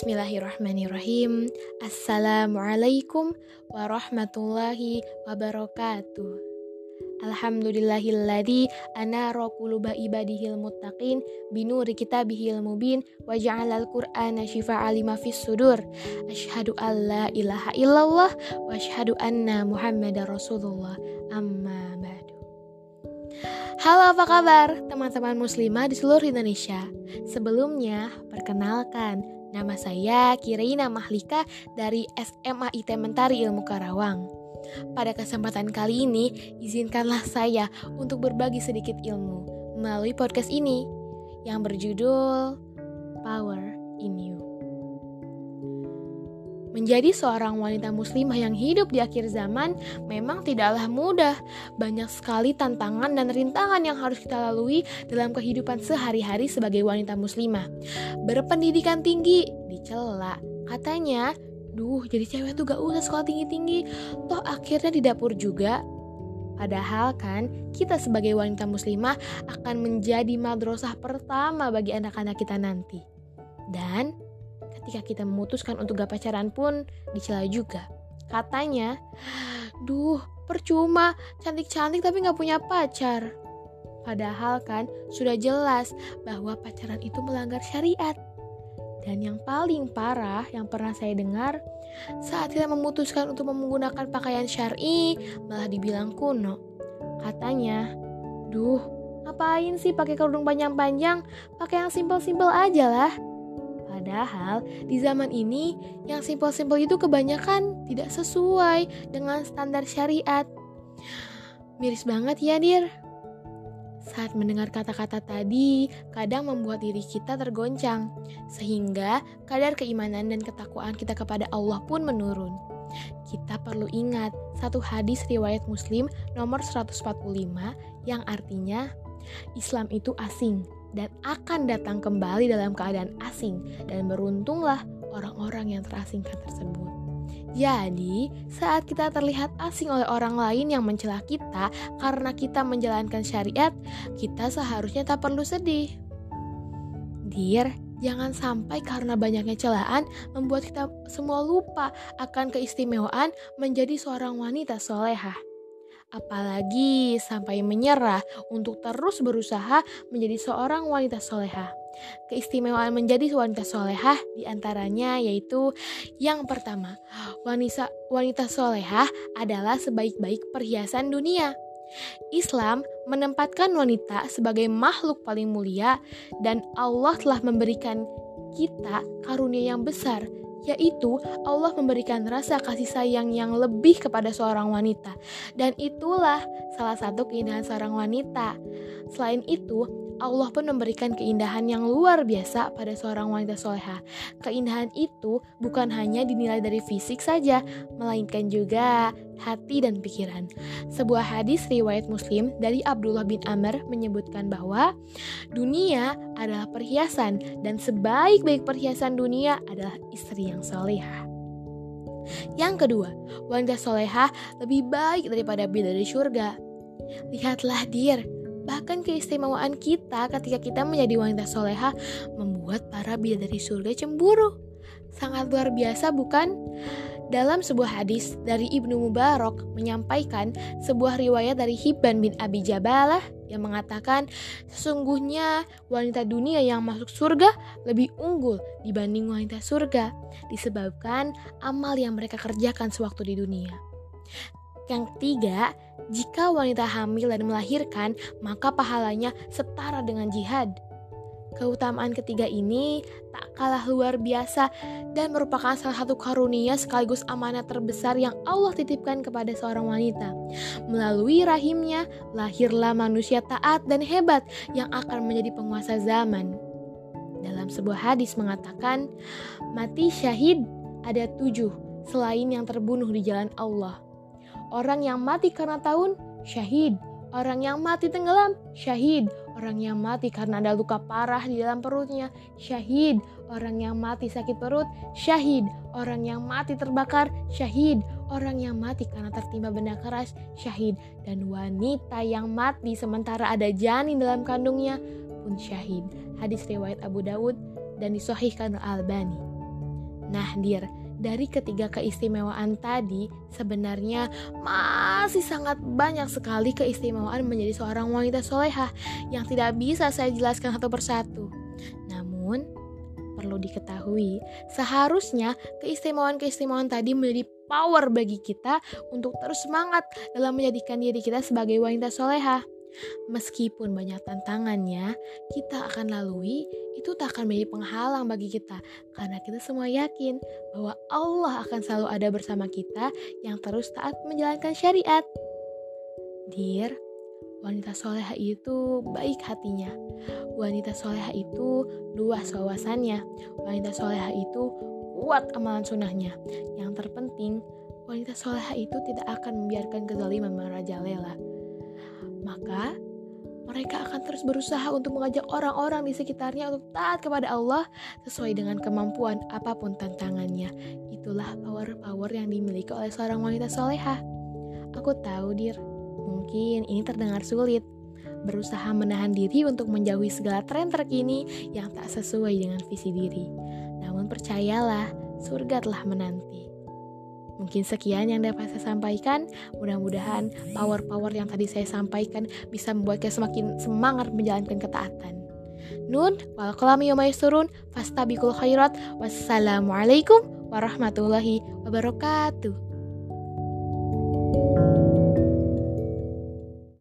Bismillahirrahmanirrahim. Assalamualaikum warahmatullahi wabarakatuh. Alhamdulillahilladzi anara quluba ibadihil muttaqin binuri kitabihil mubin wa ja'alal qur'ana shifaa'a lima fis sudur. Asyhadu an la ilaha illallah wa asyhadu anna Muhammadar Rasulullah. Amma ba'du. Halo, apa kabar teman-teman muslimah di seluruh Indonesia? Sebelumnya, perkenalkan, nama saya Kiraina Mahlika dari SMA IT Mentari Ilmu Karawang. Pada kesempatan kali ini, izinkanlah saya untuk berbagi sedikit ilmu melalui podcast ini yang berjudul Power in You. Menjadi seorang wanita muslimah yang hidup di akhir zaman memang tidaklah mudah. Banyak sekali tantangan dan rintangan yang harus kita lalui dalam kehidupan sehari-hari sebagai wanita muslimah. Berpendidikan tinggi dicela, katanya, jadi cewek tuh gak usah sekolah tinggi-tinggi, toh akhirnya di dapur juga. Padahal kan kita sebagai wanita muslimah akan menjadi madrasah pertama bagi anak-anak kita nanti. Dan ketika kita memutuskan untuk gak pacaran pun dicela juga. Katanya, percuma cantik-cantik tapi gak punya pacar. Padahal kan sudah jelas bahwa pacaran itu melanggar syariat. Dan yang paling parah yang pernah saya dengar, saat kita memutuskan untuk menggunakan pakaian syar'i malah dibilang kuno. Katanya, ngapain sih pakai kerudung panjang-panjang? Pakai yang simpel-simpel aja lah. Padahal di zaman ini yang simpel-simpel itu kebanyakan tidak sesuai dengan standar syariat. Miris banget ya, Dir. Saat mendengar kata-kata tadi, kadang membuat diri kita tergoncang, sehingga kadar keimanan dan ketakwaan kita kepada Allah pun menurun. Kita perlu ingat satu hadis riwayat Muslim nomor 145 yang artinya, Islam itu asing dan akan datang kembali dalam keadaan asing, dan beruntunglah orang-orang yang terasingkan tersebut. Jadi, saat kita terlihat asing oleh orang lain yang mencela kita karena kita menjalankan syariat, kita seharusnya tak perlu sedih. Dir, jangan sampai karena banyaknya celaan membuat kita semua lupa akan keistimewaan menjadi seorang wanita solehah. Apalagi sampai menyerah untuk terus berusaha menjadi seorang wanita solehah. Keistimewaan menjadi wanita solehah diantaranya yaitu yang pertama, wanita solehah adalah sebaik-baik perhiasan dunia. Islam menempatkan wanita sebagai makhluk paling mulia dan Allah telah memberikan kita karunia yang besar, yaitu Allah memberikan rasa kasih sayang yang lebih kepada seorang wanita. Dan itulah salah satu keindahan seorang wanita. Selain itu, Allah pun memberikan keindahan yang luar biasa pada seorang wanita solehah. Keindahan itu bukan hanya dinilai dari fisik saja, melainkan juga hati dan pikiran. Sebuah hadis riwayat Muslim dari Abdullah bin Amr menyebutkan bahwa dunia adalah perhiasan dan sebaik-baik perhiasan dunia adalah istri yang solehah. Yang kedua, wanita solehah lebih baik daripada bidadari surga. Lihatlah, Dir, bahkan keistimewaan kita ketika kita menjadi wanita solehah membuat para bidadari surga cemburu. Sangat luar biasa, bukan? Dalam sebuah hadis dari Ibnu Mubarak menyampaikan sebuah riwayat dari Hibban bin Abi Jabalah yang mengatakan, sesungguhnya wanita dunia yang masuk surga lebih unggul dibanding wanita surga disebabkan amal yang mereka kerjakan sewaktu di dunia. Yang ketiga, jika wanita hamil dan melahirkan, maka pahalanya setara dengan jihad. Keutamaan ketiga ini tak kalah luar biasa dan merupakan salah satu karunia sekaligus amanah terbesar yang Allah titipkan kepada seorang wanita. Melalui rahimnya, lahirlah manusia taat dan hebat yang akan menjadi penguasa zaman. Dalam sebuah hadis mengatakan, mati syahid ada 7 selain yang terbunuh di jalan Allah. Orang yang mati karena taun, syahid. Orang yang mati tenggelam, syahid. Orang yang mati karena ada luka parah di dalam perutnya, syahid. Orang yang mati sakit perut, syahid. Orang yang mati terbakar, syahid. Orang yang mati karena tertimpa benda keras, syahid. Dan wanita yang mati sementara ada janin dalam kandungnya pun syahid. Hadis riwayat Abu Daud dan disahihkan Al-Albani. Nah, Dir, dari ketiga keistimewaan tadi, sebenarnya masih sangat banyak sekali keistimewaan menjadi seorang wanita solehah yang tidak bisa saya jelaskan satu persatu. Namun, perlu diketahui, seharusnya keistimewaan-keistimewaan tadi menjadi power bagi kita untuk terus semangat dalam menjadikan diri kita sebagai wanita solehah. Meskipun banyak tantangannya, kita akan lalui, itu tak akan menjadi penghalang bagi kita. Karena kita semua yakin bahwa Allah akan selalu ada bersama kita yang terus taat menjalankan syariat. Dear, wanita soleha itu baik hatinya. Wanita soleha itu luas wawasannya. Wanita soleha itu kuat amalan sunnahnya. Yang terpenting, wanita soleha itu tidak akan membiarkan kezaliman merajalela. Maka mereka akan terus berusaha untuk mengajak orang-orang di sekitarnya untuk taat kepada Allah sesuai dengan kemampuan apapun tantangannya. Itulah power-power yang dimiliki oleh seorang wanita solehah. Aku tahu, Dir, mungkin ini terdengar sulit. Berusaha menahan diri untuk menjauhi segala tren terkini yang tak sesuai dengan visi diri. Namun percayalah, surga telah menanti. Mungkin sekian yang dapat saya sampaikan. Mudah-mudahan power-power yang tadi saya sampaikan bisa membuat kita semakin semangat menjalankan ketaatan. Nun wal qalami yawma yasturun fastabiqul khairat. Wassalamualaikum warahmatullahi wabarakatuh.